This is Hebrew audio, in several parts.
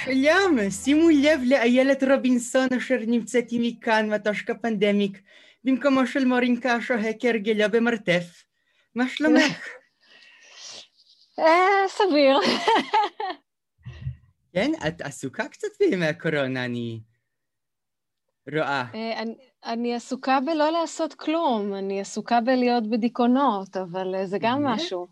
שלום, שימו לב לאיילת רובינסון אשר נמצאת עמי כאן מטוש כפנדמיק, במקומו של מורינקה השוהה כהרגלו במרתף. מה שלומך? סביר. כן, את עסוקה קצת בימי הקורונה, אני רואה. אני עסוקה בלא לעשות כלום, אני עסוקה בלהיות בדיכאונות, אבל זה גם משהו.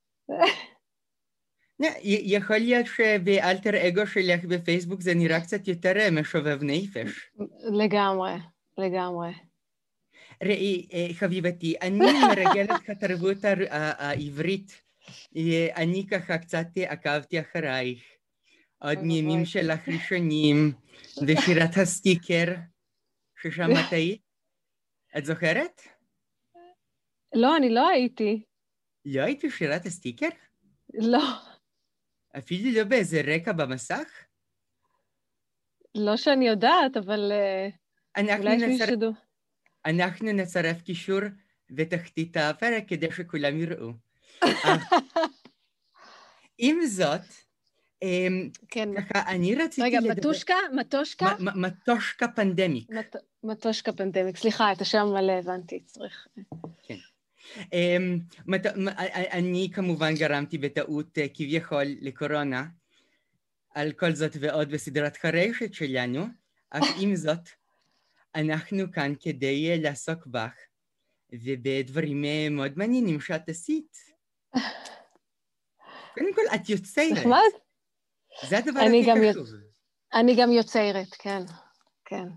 יכול להיות שבאלטר אגו שלך בפייסבוק זה נראה קצת יותר משובב נפש. לגמרי, לגמרי. ראי, חביבתי, אני מרגלת התרבות העברית, אני ככה קצת עקבתי אחרייך, עוד מימים שלך ראשונים, ושירת הסטיקר ששמעת היית. את זוכרת? לא, אני לא הייתי. לא היית בשירת הסטיקר? לא. אפילו לא באיזה רקע במסך? לא שאני יודעת, אבל אולי יש מישהו שדו. אנחנו נצרף קישור בתחתית הפרק כדי שכולם יראו. עם זאת, ככה אני רציתי לדבר... רגע, מטושקה? מטושקה פנדמיק. מטושקה פנדמיק, סליחה, את השם מלא הבנתי, צריך. כן. אני כמובן גרמתי בטעות כביכול לקורונה, על כל זאת ועוד בסדרת חרשת שלנו, אך עם זאת, אנחנו כאן כדי לעסוק בך, ובדברים מאוד מעניינים שאת עשית. קודם כל, את יוצרת. נחמד? זה הדבר הכי חשוב. אני גם יוצרת, כן, כן.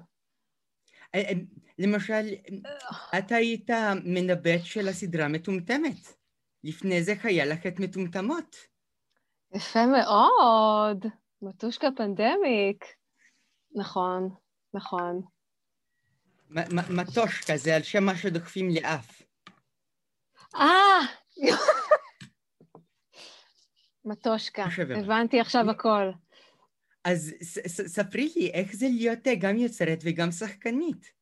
למשל, את היית מנבט של הסדרה מטומטמת. לפני זה היה לך את מטומטמות. יפה מאוד. מטושקה פנדמיק. נכון, נכון. מטושקה, זה על שם מה שדוחפים לאף. מטושקה, הבנתי עכשיו הכל. אז ספרי לי, איך זה להיות גם יוצרת וגם שחקנית?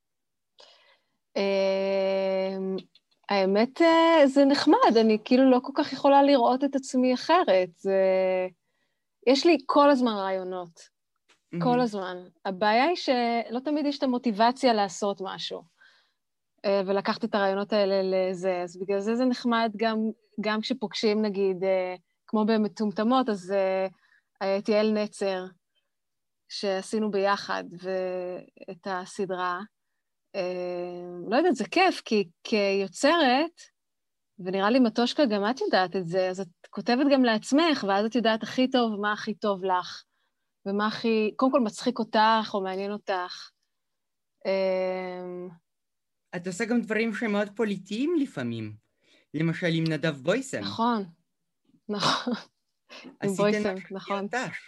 האמת, זה נחמד, אני כאילו לא כל כך יכולה לראות את עצמי אחרת. יש לי כל הזמן רעיונות, כל הזמן. הבעיה היא שלא תמיד יש את המוטיבציה לעשות משהו, ולקחת את הרעיונות האלה לזה. אז בגלל זה זה נחמד גם כשפוגשים, נגיד, כמו במטומטמות, אז תיאל נצר, שעשינו ביחד את הסדרה, לא יודעת, זה כיף, כי כיוצרת, ונראה לי מטושקה, גם את יודעת את זה, אז את כותבת גם לעצמך, ואז את יודעת הכי טוב מה הכי טוב לך, ומה הכי, קודם כל מצחיק אותך, או מעניין אותך. את עושה גם דברים שהם מאוד פוליטיים לפעמים, למשל עם נדב בויסם. נכון, נכון. עם בויסם, נכון.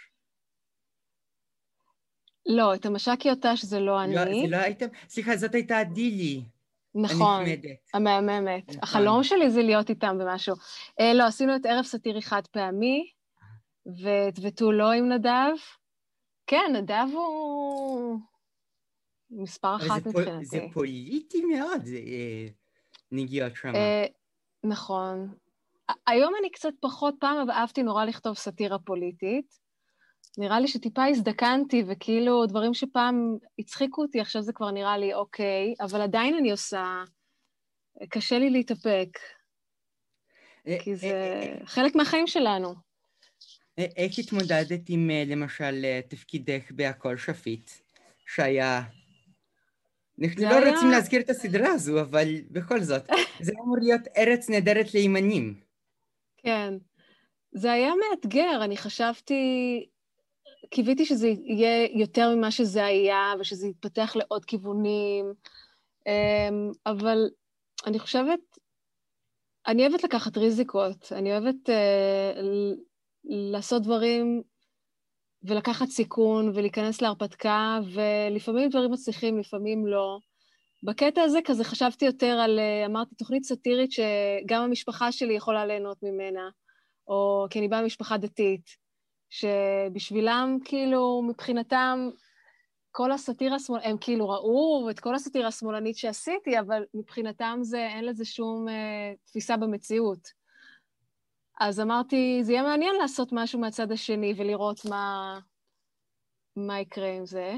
לא, את המשקי אותש זה לא אני. זה לא הייתם, סליחה, זאת הייתה דילי. נכון, המהממת. החלום שלי זה להיות איתם במשהו. לא, עשינו את ערב סאטירי חד פעמי, ותו לא עם נדב. כן, נדב הוא מספר אחת מבחינתי. זה פוליטי מאוד, נגיעות שמה. נכון. היום אני קצת פחות, פעם אהבתי נורא לכתוב סאטירה פוליטית. נראה לי שטיפה הזדקנתי, וכאילו דברים שפעם הצחיקו אותי, עכשיו זה כבר נראה לי אוקיי, אבל עדיין אני עושה, קשה לי להתאפק, כי זה חלק מהחיים שלנו. איך התמודדת עם, למשל, תפקידך בהכל שפיט, שהיה... אנחנו לא רוצים להזכיר את הסדרה הזו, אבל בכל זאת, זה אמור להיות ארץ נהדרת לימנים. כן, זה היה מאתגר, אני חשבתי... קיוויתי שזה יהיה יותר ממה שזה היה, ושזה יתפתח לעוד כיוונים, אבל אני חושבת, אני אוהבת לקחת ריזיקות, אני אוהבת לעשות דברים ולקחת סיכון ולהיכנס להרפתקה, ולפעמים דברים מצליחים, לפעמים לא. בקטע הזה כזה חשבתי יותר על, אמרתי, תוכנית סאטירית שגם המשפחה שלי יכולה ליהנות ממנה, או כי אני באה ממשפחה דתית, שבשבילם, כאילו, מבחינתם, כל הסאטירה השמאלנית, הם כאילו ראו את כל הסאטירה השמאלנית שעשיתי, אבל מבחינתם אין לזה שום תפיסה במציאות. אז אמרתי, זה יהיה מעניין לעשות משהו מהצד השני, ולראות מה יקרה עם זה?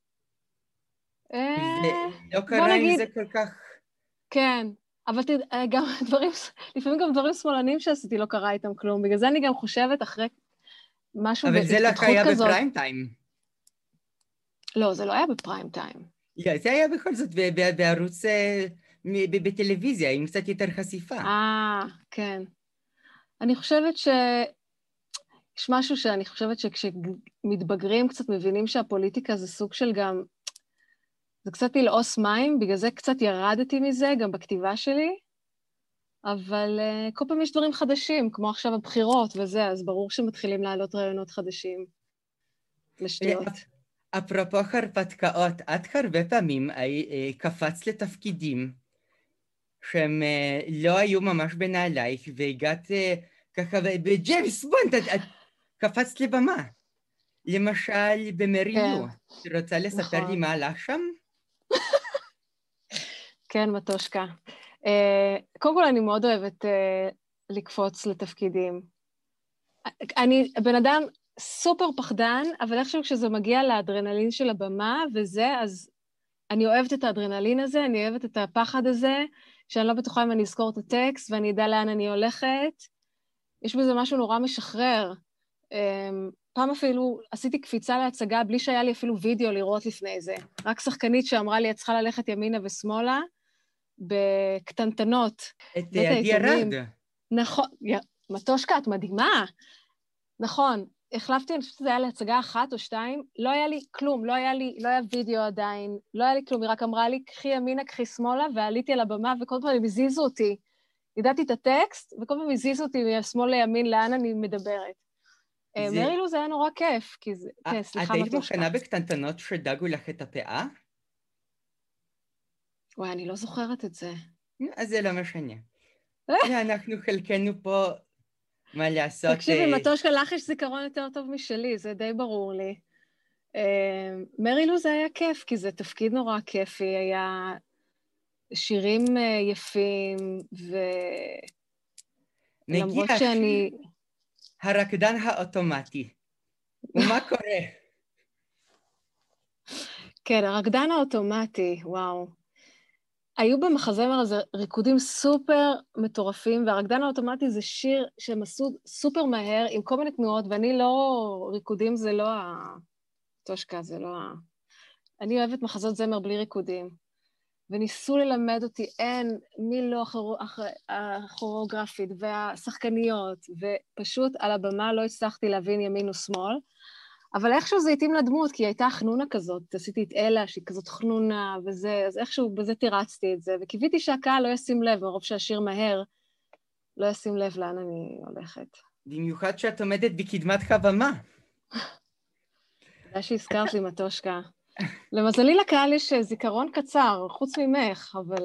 ולא בוא קרה עם נגיד, זה כל כך. כן, אבל גם דברים, לפעמים גם דברים שמאלנים שעשיתי לא קרה איתם כלום, בגלל זה אני גם חושבת אחרי משהו אבל זה לא בהתפתחות היה כזאת. בפריים טיים. לא, זה לא היה בפריים טיים. זה היה בכל זאת בערוץ, בטלוויזיה, עם קצת יותר חשיפה. כן. אני חושבת יש משהו שאני חושבת שכשמתבגרים קצת מבינים שהפוליטיקה זה סוג של גם, זה קצת ללעוס מים, בגלל זה קצת ירדתי מזה, גם בכתיבה שלי, אבל כל פעם יש דברים חדשים, כמו עכשיו הבחירות וזה, אז ברור שמתחילים לעלות רעיונות חדשים לשטויות. אפרופו הרפתקאות, את הרבה פעמים קפצת לתפקידים שהם לא היו ממש בנעלייך, והגעת ככה, בג'יימס בונד, את קפצת לבמה. למשל, במרי לו. את רוצה לספר לי מה הלך שם? כן, מטושקה. קודם כל, אני מאוד אוהבת לקפוץ לתפקידים. אני בן אדם סופר פחדן, אבל איכשהו כשזה מגיע לאדרנלין של הבמה וזה, אז אני אוהבת את האדרנלין הזה, אני אוהבת את הפחד הזה, שאני לא בטוחה אם אני אזכור את הטקסט ואני אדע לאן אני הולכת. יש בזה משהו נורא משחרר. פעם אפילו עשיתי קפיצה להצגה בלי שהיה לי אפילו וידאו לראות לפני זה. רק שחקנית שאמרה לי, את צריכה ללכת ימינה ושמאלה, בקטנטנות. את עדי ארד. נכון, מטושקה, את מדהימה. נכון, החלפתי, אני חושבת שזה היה להצגה 1 או 2, לא היה לי כלום, לא היה וידאו עדיין, לא היה לי כלום, היא רק אמרה לי, קחי ימינה, קחי שמאלה, ועליתי על הבמה, וכל פעם הם הזיזו אותי. ידעתי את הטקסט, וכל פעם הזיזו אותי משמאל לימין, לאן אני מדברת. מרי לו זה היה נורא כיף, כי זה... כן, סליחה, את מטושקה. היית מוכנה בקטנטנות שדגו לך את הפאה? וואי, אני לא זוכרת את זה. אז זה לא משנה. אנחנו חלקנו פה מה לעשות... תקשיבי, מטושקה, לך יש זיכרון יותר טוב משלי, זה די ברור לי. מרי לו זה היה כיף, כי זה תפקיד נורא כיפי, היה שירים יפים, ולמרות שאני... הרקדן האוטומטי. ומה קורה? כן, הרקדן האוטומטי, וואו. היו במחזמר הזה ריקודים סופר מטורפים, והרקדן האוטומטי זה שיר שהם עשו סופר מהר, עם כל מיני תנועות, ואני לא... ריקודים זה לא טושקה, זה לא אני אוהבת מחזות זמר בלי ריקודים. וניסו ללמד אותי, מי לא הכוריאוגרפית והשחקניות, ופשוט על הבמה לא הצלחתי להבין ימין ושמאל, אבל איכשהו זה התאים לדמות, כי היא הייתה חנונה כזאת, עשיתי את אלה שהיא כזאת חנונה וזה, אז איכשהו בזה תירצתי את זה, וקיוויתי שהקהל לא ישים לב, מרוב שהשיר מהר, לא ישים לב לאן אני הולכת. במיוחד שאת עומדת בקדמת הבמה. תודה שהזכרת לי, מטושקה. למזלי לקהל יש זיכרון קצר, חוץ ממך, אבל...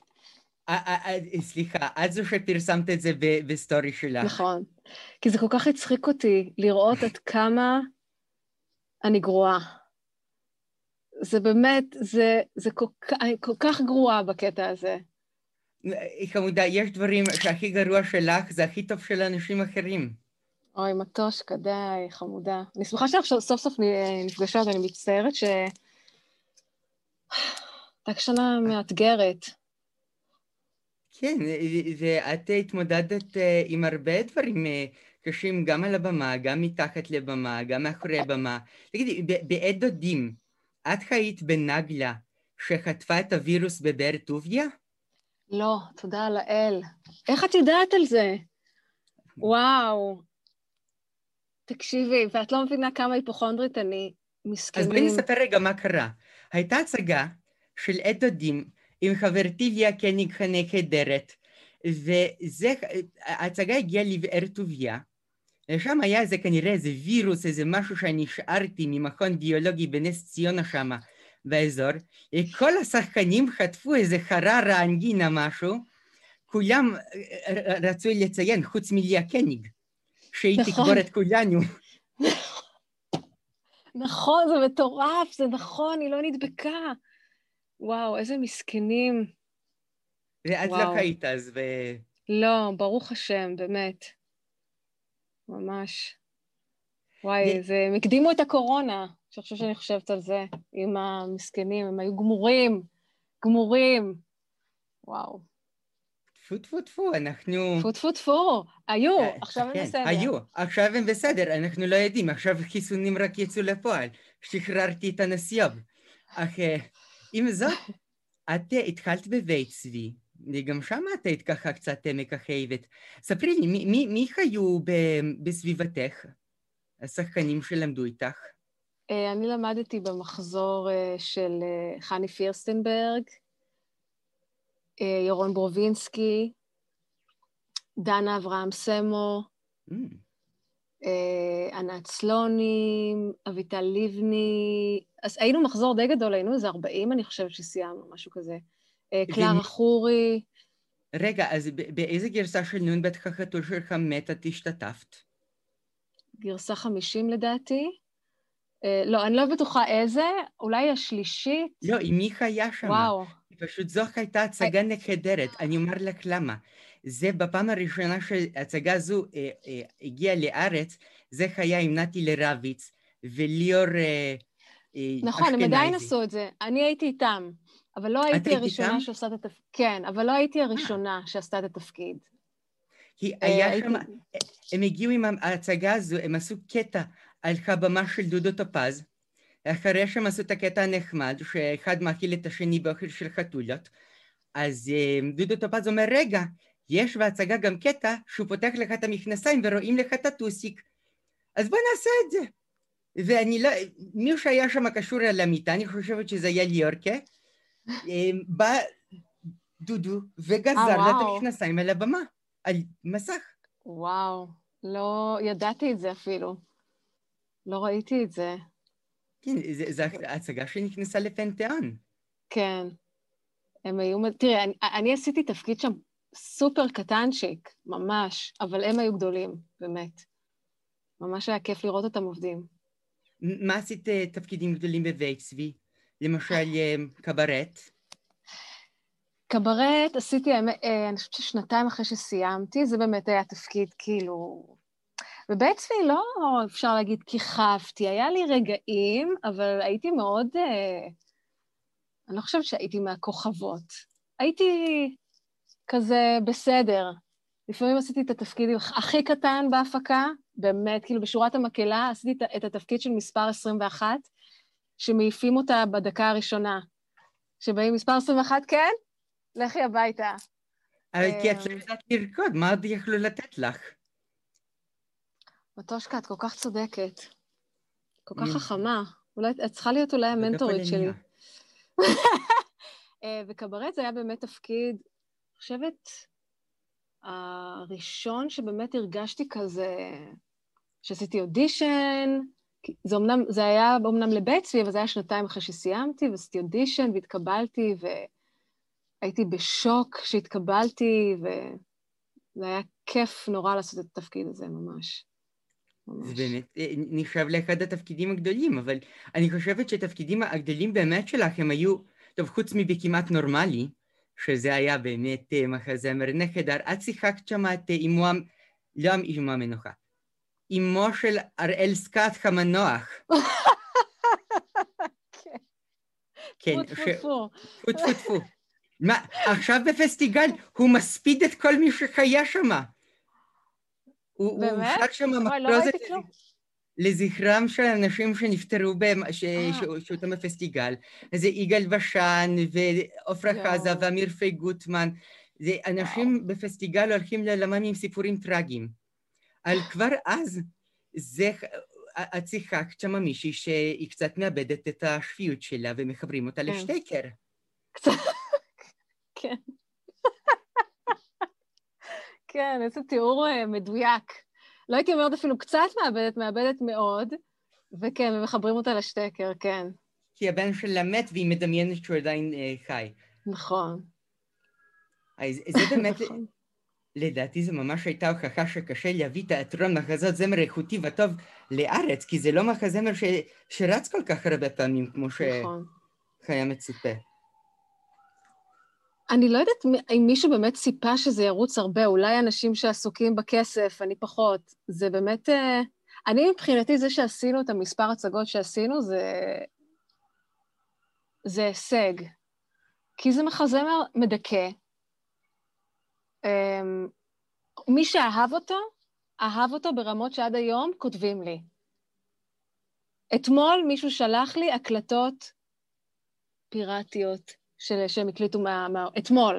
סליחה, את זו שפרסמת את זה בסטורי שלך. נכון, כי זה כל כך הצחיק אותי לראות עד כמה אני גרועה. זה באמת, זה כל כך גרועה בקטע הזה. חמודה, יש דברים שהכי גרוע שלך, זה הכי טוב של אנשים אחרים. אוי, מטושקה, די, חמודה. אני שמחה שאנחנו סוף סוף נפגשות, אני מצטערת הייתה שנה מאתגרת. כן, ואת התמודדת עם הרבה דברים קשים, גם על הבמה, גם מתחת לבמה, גם מאחורי הבמה. תגידי, בעד דודים, את היית בנגלה שחטפה את הווירוס בבאר טוביה? לא, תודה לאל. איך את יודעת על זה? וואו. תקשיבי, ואת לא מבינה כמה היפוכונדרית אני מסכנים. אז בואי נספר רגע מה קרה. הייתה הצגה של עד דודים עם חברתי ליה קניג הנהדרת, וההצגה הגיעה לבאר טוביה, ושם היה איזה כנראה איזה וירוס, איזה משהו שאני השארתי ממכון ביולוגי בנס ציונה שם באזור, כל השחקנים חטפו איזה חררה, אנגינה משהו, כולם רצו לציין חוץ מליה קניג, שהיא תקבור את כולנו. נכון, זה מטורף, זה נכון, היא לא נדבקה. וואו, איזה מסכנים. ואת לא היית אז לא, ברוך השם, באמת. ממש. וואי, הם הקדימו את הקורונה, שעכשיו שאני חושבת על זה, עם המסכנים, הם היו גמורים. וואו. טפו טפו טפו, אנחנו... טפו טפו טפו, היו, עכשיו הם בסדר. היו, עכשיו הם בסדר, אנחנו לא יודעים, עכשיו חיסונים רק יצאו לפועל, שחררתי את הנסיוב. אך עם זאת, את התחלת בבית צבי, וגם שם את היית ככה קצת מככבת. ספרי לי, מי היו בסביבתך, השחקנים שלמדו איתך? אני למדתי במחזור של חני פירסטנברג, ירון ברובינסקי, דנה אברהם סמו, ענת סלוני, אביטל לבני, אז היינו מחזור די גדול, היינו איזה 40, אני חושבת שסיימנו, משהו כזה. קלרה חורי. רגע, אז באיזה גרסה של נון בית החתול שלך מת את השתתפת? גרסה 50 לדעתי. לא, אני לא בטוחה איזה, אולי השלישית. לא, עם מי היה שם? וואו. פשוט זו הייתה הצגה נהדרת, אני אומר לך למה. זה בפעם הראשונה שההצגה הזו הגיעה לארץ, זה היה עם נתי לרביץ וליאור אשכנזי. נכון, הם עדיין עשו את זה, אני הייתי איתם, אבל לא הייתי הראשונה שעושה את התפקיד. כן, אבל לא הייתי הראשונה שעשתה את התפקיד. כי היה שם, הם הגיעו עם ההצגה הזו, הם עשו קטע על הבמה של דודו טופז, אחרי שהם עשו את הקטע הנחמד, שאחד מאכיל את השני באוכל של חתולות, אז דודו טופז אומר, רגע, יש בהצגה גם קטע שהוא פותח לך את המכנסיים ורואים לך את הטוסיק, אז בוא נעשה את זה. ואני לא, מי שהיה שם קשור על המיטה, אני חושבת שזה היה ליאורקה, בא דודו וגזר לה את המכנסיים על הבמה, על מסך. וואו, לא ידעתי את זה אפילו. לא ראיתי את זה. כן, זו הצגה שנכנסה לפנתיאון. כן. הם היו... תראה, אני עשיתי תפקיד שם סופר קטנצ'יק, ממש, אבל הם היו גדולים, באמת. ממש היה כיף לראות אותם עובדים. מה עשית תפקידים גדולים בבית צבי? למשל, קברט? קברט עשיתי, אני חושבת ששנתיים אחרי שסיימתי, זה באמת היה תפקיד כאילו... בבית צבי לא אפשר להגיד כיכבתי, היה לי רגעים, אבל הייתי מאוד... אני לא חושבת שהייתי מהכוכבות. הייתי כזה בסדר. לפעמים עשיתי את התפקיד הכי קטן בהפקה, באמת, כאילו בשורת המקהלה, עשיתי את התפקיד של מספר 21, שמעיפים אותה בדקה הראשונה. שבאים מספר 21, כן? לכי הביתה. אבל כי את לא יודעת לרקוד, מה עוד יכלו לתת לך? מטושקה, את כל כך צודקת. כל כך חכמה. את צריכה להיות אולי המנטורית שלי. וקברט זה היה באמת תפקיד, אני חושבת, הראשון שבאמת הרגשתי כזה, שעשיתי אודישן, זה היה אומנם לבית צבי, אבל זה היה שנתיים אחרי שסיימתי, ועשיתי אודישן והתקבלתי, והייתי בשוק שהתקבלתי, וזה היה כיף נורא לעשות את התפקיד הזה, ממש. זה באמת נחשב לאחד התפקידים הגדולים, אבל אני חושבת שהתפקידים הגדולים באמת שלך הם היו, טוב, חוץ מבכמעט נורמלי, שזה היה באמת מחזמר נהדר, את שיחקת שם את אמו, לא אמו המנוחה, אמו של אראל סקאט המנוח. כן, טפו. מה, עכשיו בפסטיגל הוא מספיד את כל מי שחיה שם. הוא שר שם מחרוזת לזכרם של אנשים שנפטרו שאותם בפסטיגל. זה יגאל ושן ועופרה חזה ואמיר פי גוטמן. זה אנשים בפסטיגל הולכים לעולמם עם סיפורים טרגיים. אבל כבר אז את שיחקת שם מישהי שהיא קצת מאבדת את השפיות שלה ומחברים אותה לשטייקר. כן. כן, איזה תיאור מדויק. לא הייתי אומרת אפילו קצת מאבדת מאוד, וכן, ומחברים אותה לשטקר, כן. כי הבן שלה מת והיא מדמיינת שהוא עדיין חי. נכון. זה באמת, לדעתי זו ממש הייתה הוכחה שקשה להביא תיאטרון מחזות זמר איכותי וטוב לארץ, כי זה לא מחזמר שרץ כל כך הרבה פעמים, כמו שהיה מצופה. אני לא יודעת אם מישהו באמת ציפה שזה ירוץ הרבה, אולי אנשים שעסוקים בכסף, אני פחות. זה באמת... אני מבחינתי זה שעשינו את המספר הצגות שעשינו, זה הישג. כי זה מחזמר מדכא. מי שאהב אותו, אהב אותו ברמות שעד היום כותבים לי. אתמול מישהו שלח לי הקלטות פיראטיות שהם הקליטו אתמול.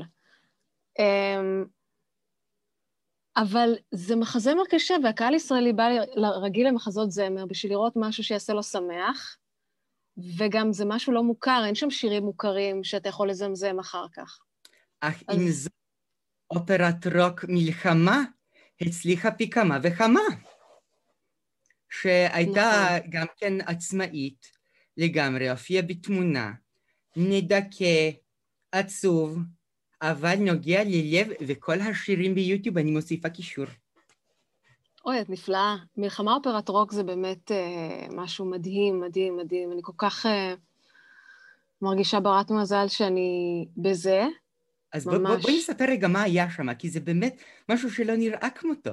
אבל זה מחזמר קשה, והקהל ישראלי בא רגיל למחזות זמר בשביל לראות משהו שיעשה לו שמח, וגם זה משהו לא מוכר, אין שם שירים מוכרים שאתה יכול לזמזם אחר כך. אך אם זו אופרת רוק מלחמה, הצליחה פי כמה וכמה, שהייתה גם כן עצמאית לגמרי, הופיעה בתמונה, נדכא, עצוב, אבל נוגע ללב, וכל השירים ביוטיוב אני מוסיפה קישור. אוי, את נפלאה. מלחמה אופרת רוק זה באמת משהו מדהים, מדהים, מדהים. אני כל כך מרגישה ברת מזל שאני בזה. אז בואי נספר רגע מה היה שם, כי זה באמת משהו שלא נראה כמותו.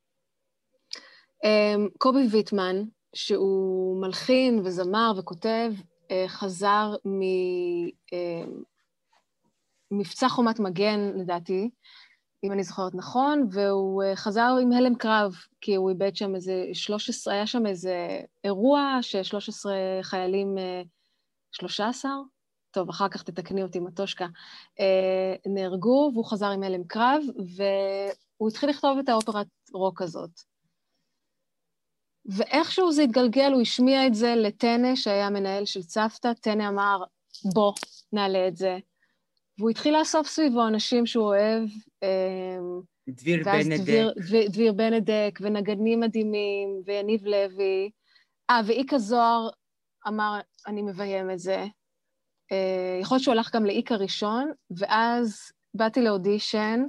קובי ויטמן, שהוא מלחין וזמר וכותב, חזר ממבצע חומת מגן, לדעתי, אם אני זוכרת נכון, והוא חזר עם הלם קרב, כי הוא איבד שם איזה 13, היה שם איזה אירוע ש13 חיילים, 13? טוב, אחר כך תתקני אותי, מטושקה, נהרגו, והוא חזר עם הלם קרב, והוא התחיל לכתוב את האופרת רוק הזאת. ואיכשהו זה התגלגל, הוא השמיע את זה לטנא, שהיה מנהל של צוותא, טנא אמר, בוא, נעלה את זה. והוא התחיל לאסוף סביבו אנשים שהוא אוהב, דביר בנדק, ונגנים מדהימים, ויניב לוי, ואיקה זוהר אמר, אני מביים את זה. יכול להיות שהוא הלך גם לאיקה ראשון, ואז באתי לאודישן,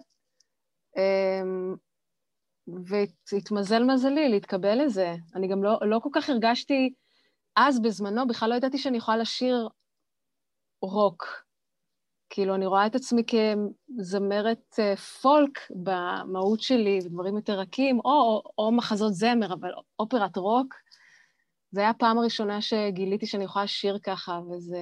והתמזל מזלי להתקבל לזה. אני גם לא כל כך הרגשתי, אז בזמנו, בכלל לא ידעתי שאני יכולה לשיר רוק. כאילו, אני רואה את עצמי כזמרת פולק במהות שלי, ודברים יותר רכים, או מחזות זמר, אבל אופרת רוק, זה היה הפעם הראשונה שגיליתי שאני יכולה לשיר ככה,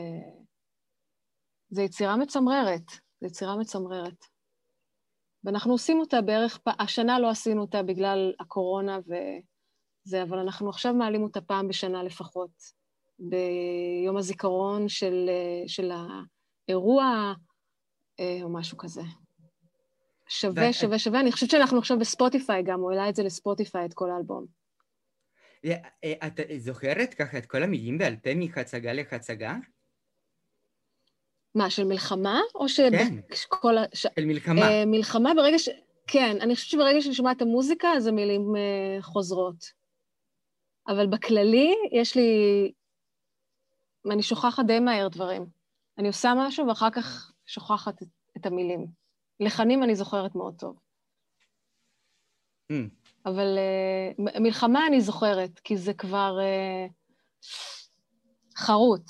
זה יצירה מצמררת, זה יצירה מצמררת. ואנחנו עושים אותה בערך, השנה לא עשינו אותה בגלל הקורונה וזה, אבל אנחנו עכשיו מעלים אותה פעם בשנה לפחות, ביום הזיכרון של האירוע, או משהו כזה. שווה, שווה, שווה. אני חושבת שאנחנו עכשיו בספוטיפיי גם, הוא העלה את זה לספוטיפיי, את כל האלבום. את זוכרת ככה את כל המילים בעל פה מחצגה לחצגה? מה, של מלחמה? או כן, של מלחמה. מלחמה ברגע כן, אני חושבת שברגע שאני שומעת את המוזיקה, אז המילים חוזרות. אבל בכללי, יש לי... אני שוכחת די מהר דברים. אני עושה משהו, ואחר כך שוכחת את המילים. לחנים אני זוכרת מאוד טוב. אבל מלחמה אני זוכרת, כי זה כבר חרוט.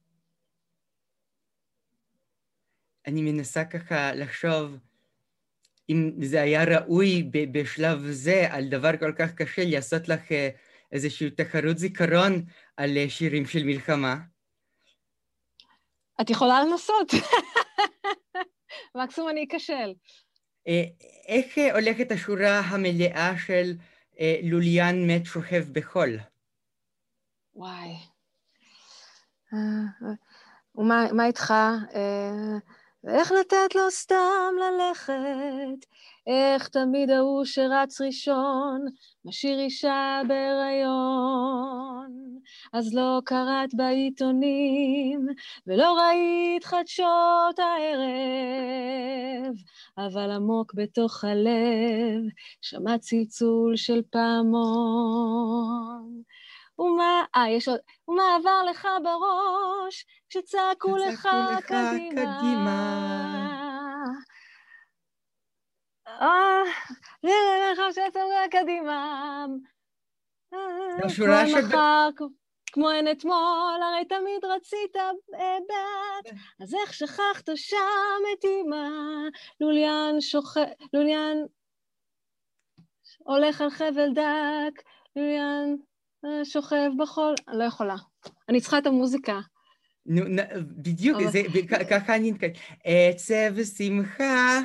אני מנסה ככה לחשוב אם זה היה ראוי בשלב זה, על דבר כל כך קשה, לעשות לך איזושהי תחרות זיכרון על שירים של מלחמה. את יכולה לנסות. מקסימום אני אכשל. איך הולכת השורה המלאה של לוליין מת שוכב בחול? וואי. ומה איתך? איך לתת לו סתם ללכת? איך תמיד ההוא שרץ ראשון, משאיר אישה בהיריון? אז לא קראת בעיתונים, ולא ראית חדשות הערב, אבל עמוק בתוך הלב, שמע צלצול של פעמון. ומה עבר לך בראש, כשצעקו לך קדימה. קדימה. כמו מחר, כמו אין אתמול, הרי תמיד רצית בת, אז איך שכחת שם את אמא, לוליין הולך על חבל דק, לוליין שוכב בחול, אני לא יכולה. אני צריכה את המוזיקה. נו, בדיוק, ככה אני נתקעת. עצב ושמחה.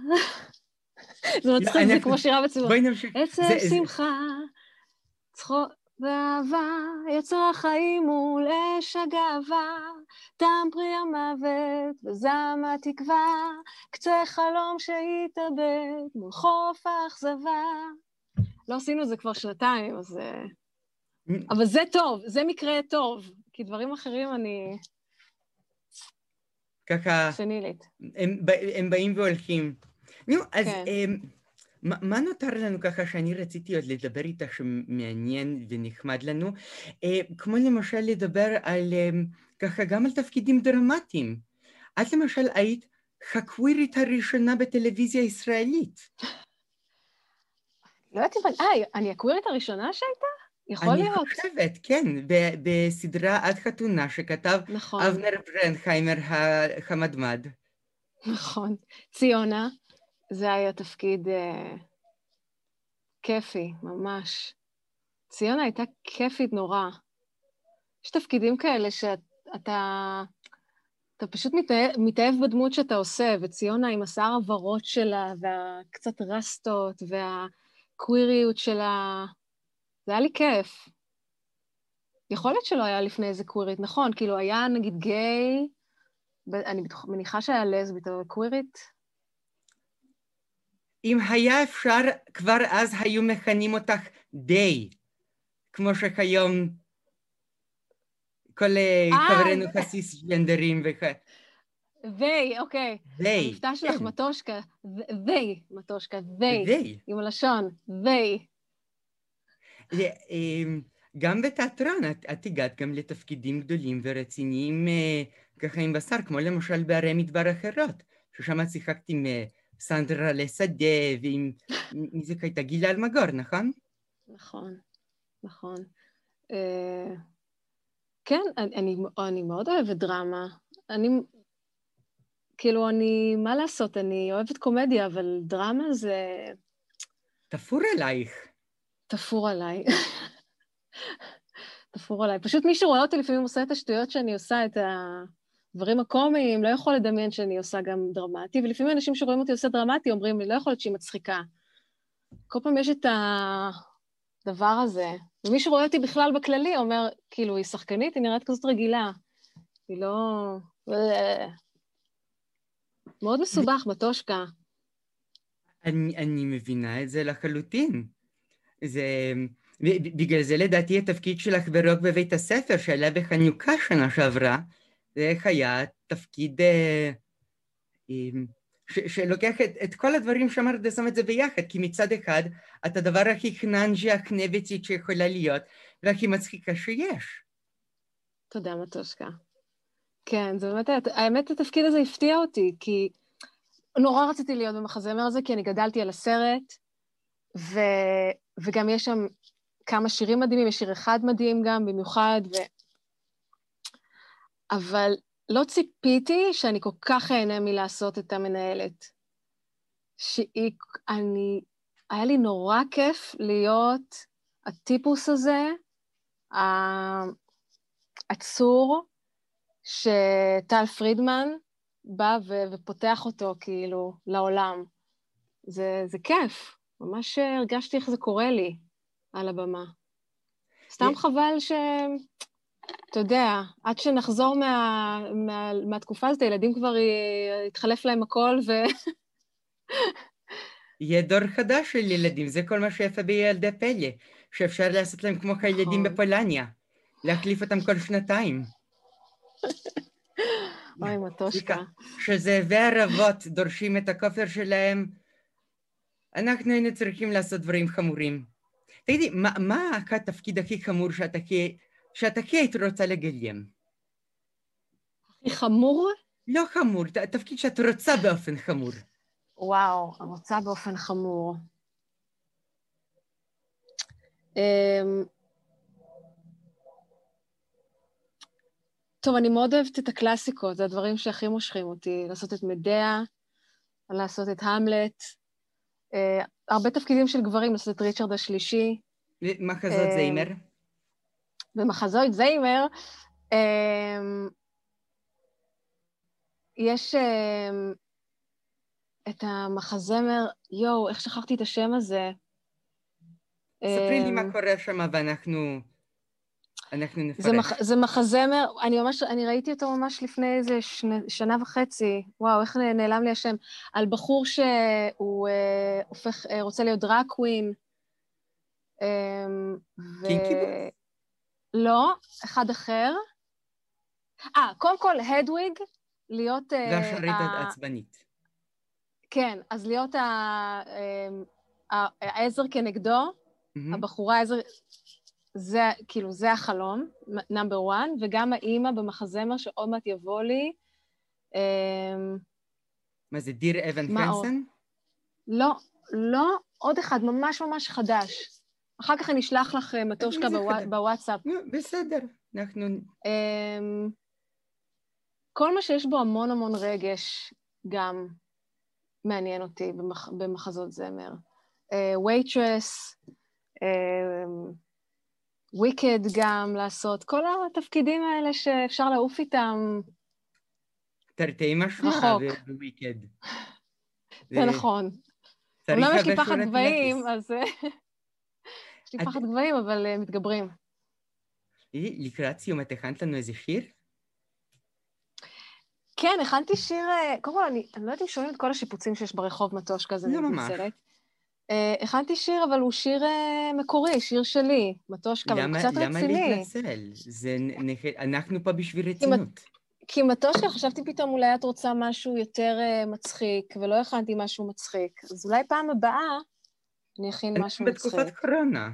זה מצחיק, זה כמו שירה בציבור. בואי נמשיך. עצב שמחה, צחוק ואהבה, יצר החיים מול אש הגאווה, טעם פרי המוות וזעם התקווה, קצה חלום שהתאבד מול חוף האכזבה. לא עשינו את זה כבר 2 אז... אבל זה טוב, זה מקרה טוב, כי דברים אחרים אני... ככה... שנילית. הם באים והולכים. נו, אז מה נותר לנו ככה שאני רציתי עוד לדבר איתך שמעניין ונחמד לנו? כמו למשל לדבר על, ככה גם על תפקידים דרמטיים. את למשל היית הקווירית הראשונה בטלוויזיה הישראלית. לא יודעת אם... אני הקווירית הראשונה שהייתה? יכול להיות. אני חושבת, כן, בסדרה עד חתונה שכתב אבנר ברנדהיימר המדמד. נכון. ציונה, זה היה תפקיד כיפי, ממש. ציונה הייתה כיפית נורא. יש תפקידים כאלה שאתה פשוט מתאהב בדמות שאתה עושה, וציונה עם השיער הוורוד שלה, והקצת רסטות, והקוויריות שלה, זה היה לי כיף. יכול להיות שלא היה לפני איזה קווירית, נכון, כאילו היה נגיד גיי, אני מניחה שהיה לסבית, אבל קווירית? אם היה אפשר, כבר אז היו מכנים אותך די, כמו שכיום כל חברינו חסיס-ג'נדרים וי, אוקיי. וי. המבטא שלך מטושקה, וי, מטושקה, וי. עם הלשון, וי. גם בתיאטרון, את הגעת גם לתפקידים גדולים ורציניים ככה עם בשר, כמו למשל בערי מדבר אחרות, ששם את שיחקת עם סנדרה לשדה ועם מי זה הייתה גילה אלמגור, נכון? נכון. כן, אני מאוד אוהבת דרמה. מה לעשות, אני אוהבת קומדיה, אבל דרמה זה... תפור עלייך. תפור עליי. תפור עליי. פשוט מי שרואה אותי לפעמים עושה את השטויות שאני עושה, את הדברים הקומיים, לא יכול לדמיין שאני עושה גם דרמטי, ולפעמים אנשים שרואים אותי עושה דרמטי אומרים לי, לא יכול להיות שהיא מצחיקה. כל פעם יש את הדבר הזה, ומי שרואה אותי בכלל בכללי אומר, כאילו, היא שחקנית, היא נראית כזאת רגילה. היא לא... מאוד מסובך, מטושקה. אני מבינה את זה לחלוטין. בגלל זה לדעתי התפקיד שלך ברוק בבית הספר שעלה בחנוכה שנה שעברה, זה היה תפקיד שלוקח את כל הדברים שאמרת ושם את זה ביחד, כי מצד אחד את הדבר הכי חננג'י, הכנבצית שיכולה להיות, והכי מצחיקה שיש. תודה, מטושקה. כן, זה באמת, האמת התפקיד הזה הפתיע אותי, כי נורא רציתי להיות במחזמר הזה, כי אני גדלתי על הסרט, וגם יש שם כמה שירים מדהימים, יש שיר אחד מדהים גם, במיוחד, אבל לא ציפיתי שאני כל כך אהנה מלעשות את המנהלת. היה לי נורא כיף להיות הטיפוס הזה, העצור, שטל פרידמן בא ופותח אותו כאילו לעולם. זה כיף. ממש הרגשתי איך זה קורה לי על הבמה. סתם חבל אתה יודע, עד שנחזור מהתקופה הזאת, הילדים כבר התחלף להם הכל יהיה דור חדש של ילדים, זה כל מה שיפה בילדי פלא, שאפשר לעשות להם כמו הילדים בפולניה, להחליף אותם כל 2 אוי, מטושקה. שזאבי ערבות דורשים את הכופר שלהם, אנחנו היינו צריכים לעשות דברים חמורים. תגידי, מה התפקיד הכי חמור שאתה היית רוצה לגלם? הכי חמור? לא חמור, תפקיד שאת רוצה באופן חמור. וואו, אני רוצה באופן חמור. טוב, אני מאוד אוהבת את הקלאסיקות, זה הדברים שהכי מושכים אותי, לעשות את מדעה, לעשות את המלט, הרבה תפקידים של גברים, לעשות את ריצ'רד השלישי. מחזות זיימר? במחזות זיימר, יש את המחזמר, איך שכחתי את השם הזה? ספרי לי מה קורה שם, ואנחנו נפרש. זה מחזמר, אני ראיתי אותו ממש לפני איזה שנה וחצי, וואו, איך נעלם לי השם, על בחור שהוא רוצה להיות דרג קווין. קינקי בוס? לא, אחד אחר. קודם כל, הדוויג, להיות... והשרית העצבנית. כן, אז להיות העזר כנגדו, הבחורה העזר... זה, כאילו, זה החלום, נאמבר 1, וגם האימא במחזמר שעוד מעט יבוא לי. מה זה, דיר אבן פרנסן? לא, עוד אחד, ממש ממש חדש. אחר כך אני אשלח לך מטושקה בוואטסאפ. בסדר, אנחנו... כל מה שיש בו המון המון רגש גם מעניין אותי במחזות זמר. וייטרס, וויקד גם לעשות, כל התפקידים האלה שאפשר לעוף איתם תרתי משמע בוויקד. זה נכון. אומנם יש לי פחד גבהים, אז יש לי פחד גבהים, אבל מתגברים. לקראת סיום, את הכנת לנו איזה שיר? כן, הכנתי שיר, קודם כל, אני לא יודעת אם שומעים את כל השיפוצים שיש ברחוב מטושקה, אז אני מתנצלת. הכנתי שיר, אבל הוא שיר מקורי, שיר שלי, מטושקה, אבל הוא קצת רציני. למה להתנצל? אנחנו פה בשביל רצינות. כי מטושקה, חשבתי פתאום אולי את רוצה משהו יותר מצחיק, ולא הכנתי משהו מצחיק. אז אולי פעם הבאה אני אכין משהו מצחיק. בתקופת קורונה.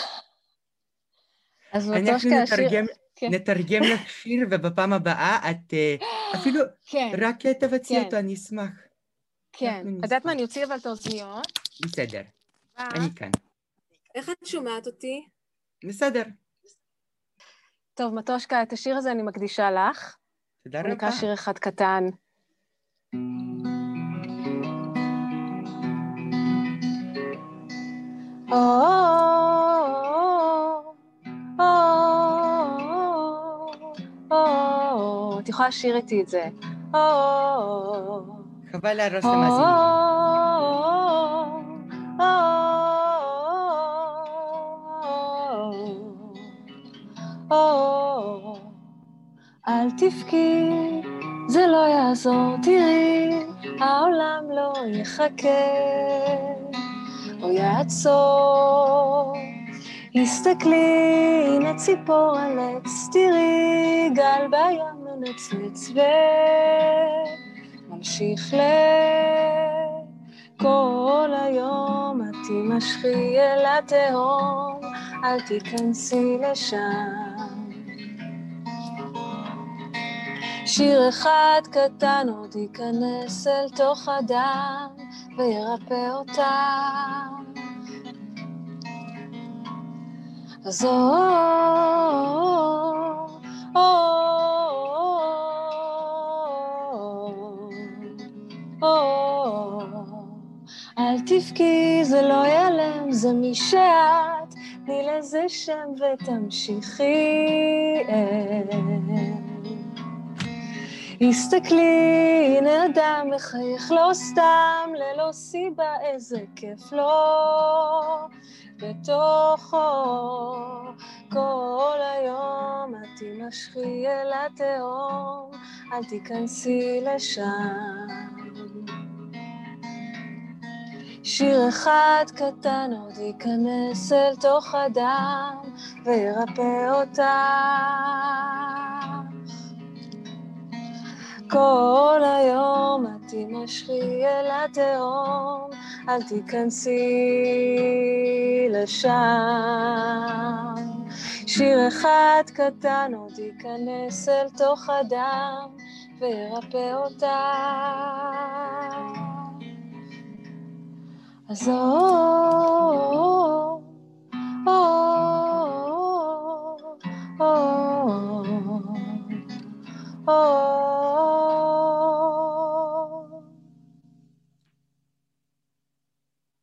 אז מטושקה, השיר... נתרגם לך שיר, ובפעם הבאה את אפילו רק תבצעי אותו, אני אשמח. כן. יודעת מה, אני אוציא אבל את האוזניות. בסדר, אני כאן. איך את שומעת אותי? בסדר. טוב, מטושקה, את השיר הזה אני מקדישה לך. תודה רבה. הוא נקרא שיר אחד קטן. את יכולה לשיר איתי את זה. חבל להרוס למאזינים. אל תבכי, זה לא יעזור, תראי, העולם לא יחכה או יעצור. הסתכלי, הנה ציפור על עץ, תראי, גל בים מנצנץ וממשיך כל היום, את תימשכי אל התהום, אל תיכנסי לשם. שיר אחד קטן עוד ייכנס אל תוך הדם וירפא אותם. אז אל תבכי, זה לא ייעלם, זה מי שאת, תני לזה שם ותמשיכי. הסתכלי, הנה אדם מחייך לא סתם, ללא סיבה, איזה כיף לו בתוכו. כל היום את תימשכי אל התהום, אל תיכנסי לשם. שיר אחד קטן עוד ייכנס אל תוך הדם וירפא אותך. כל היום את תימשכי אל התהום, אל תיכנסי לשם. שיר אחד קטן עוד ייכנס אל תוך הדם וירפא אותך. אז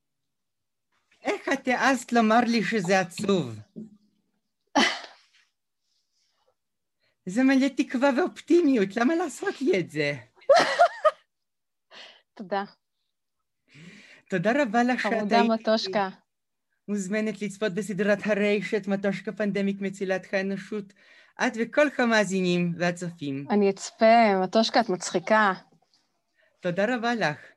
איך את העזת לומר לי שזה עצוב? זה מלא תקווה ואופטימיות, למה לעשות לי את זה? תודה. תודה רבה לך שאת חמודה מטושקה. מוזמנת לצפות בסדרת הרשת מטושקה פנדמיק מצילת האנושות, את וכל המאזינים והצופים. אני אצפה, מטושקה, את מצחיקה. תודה רבה לך.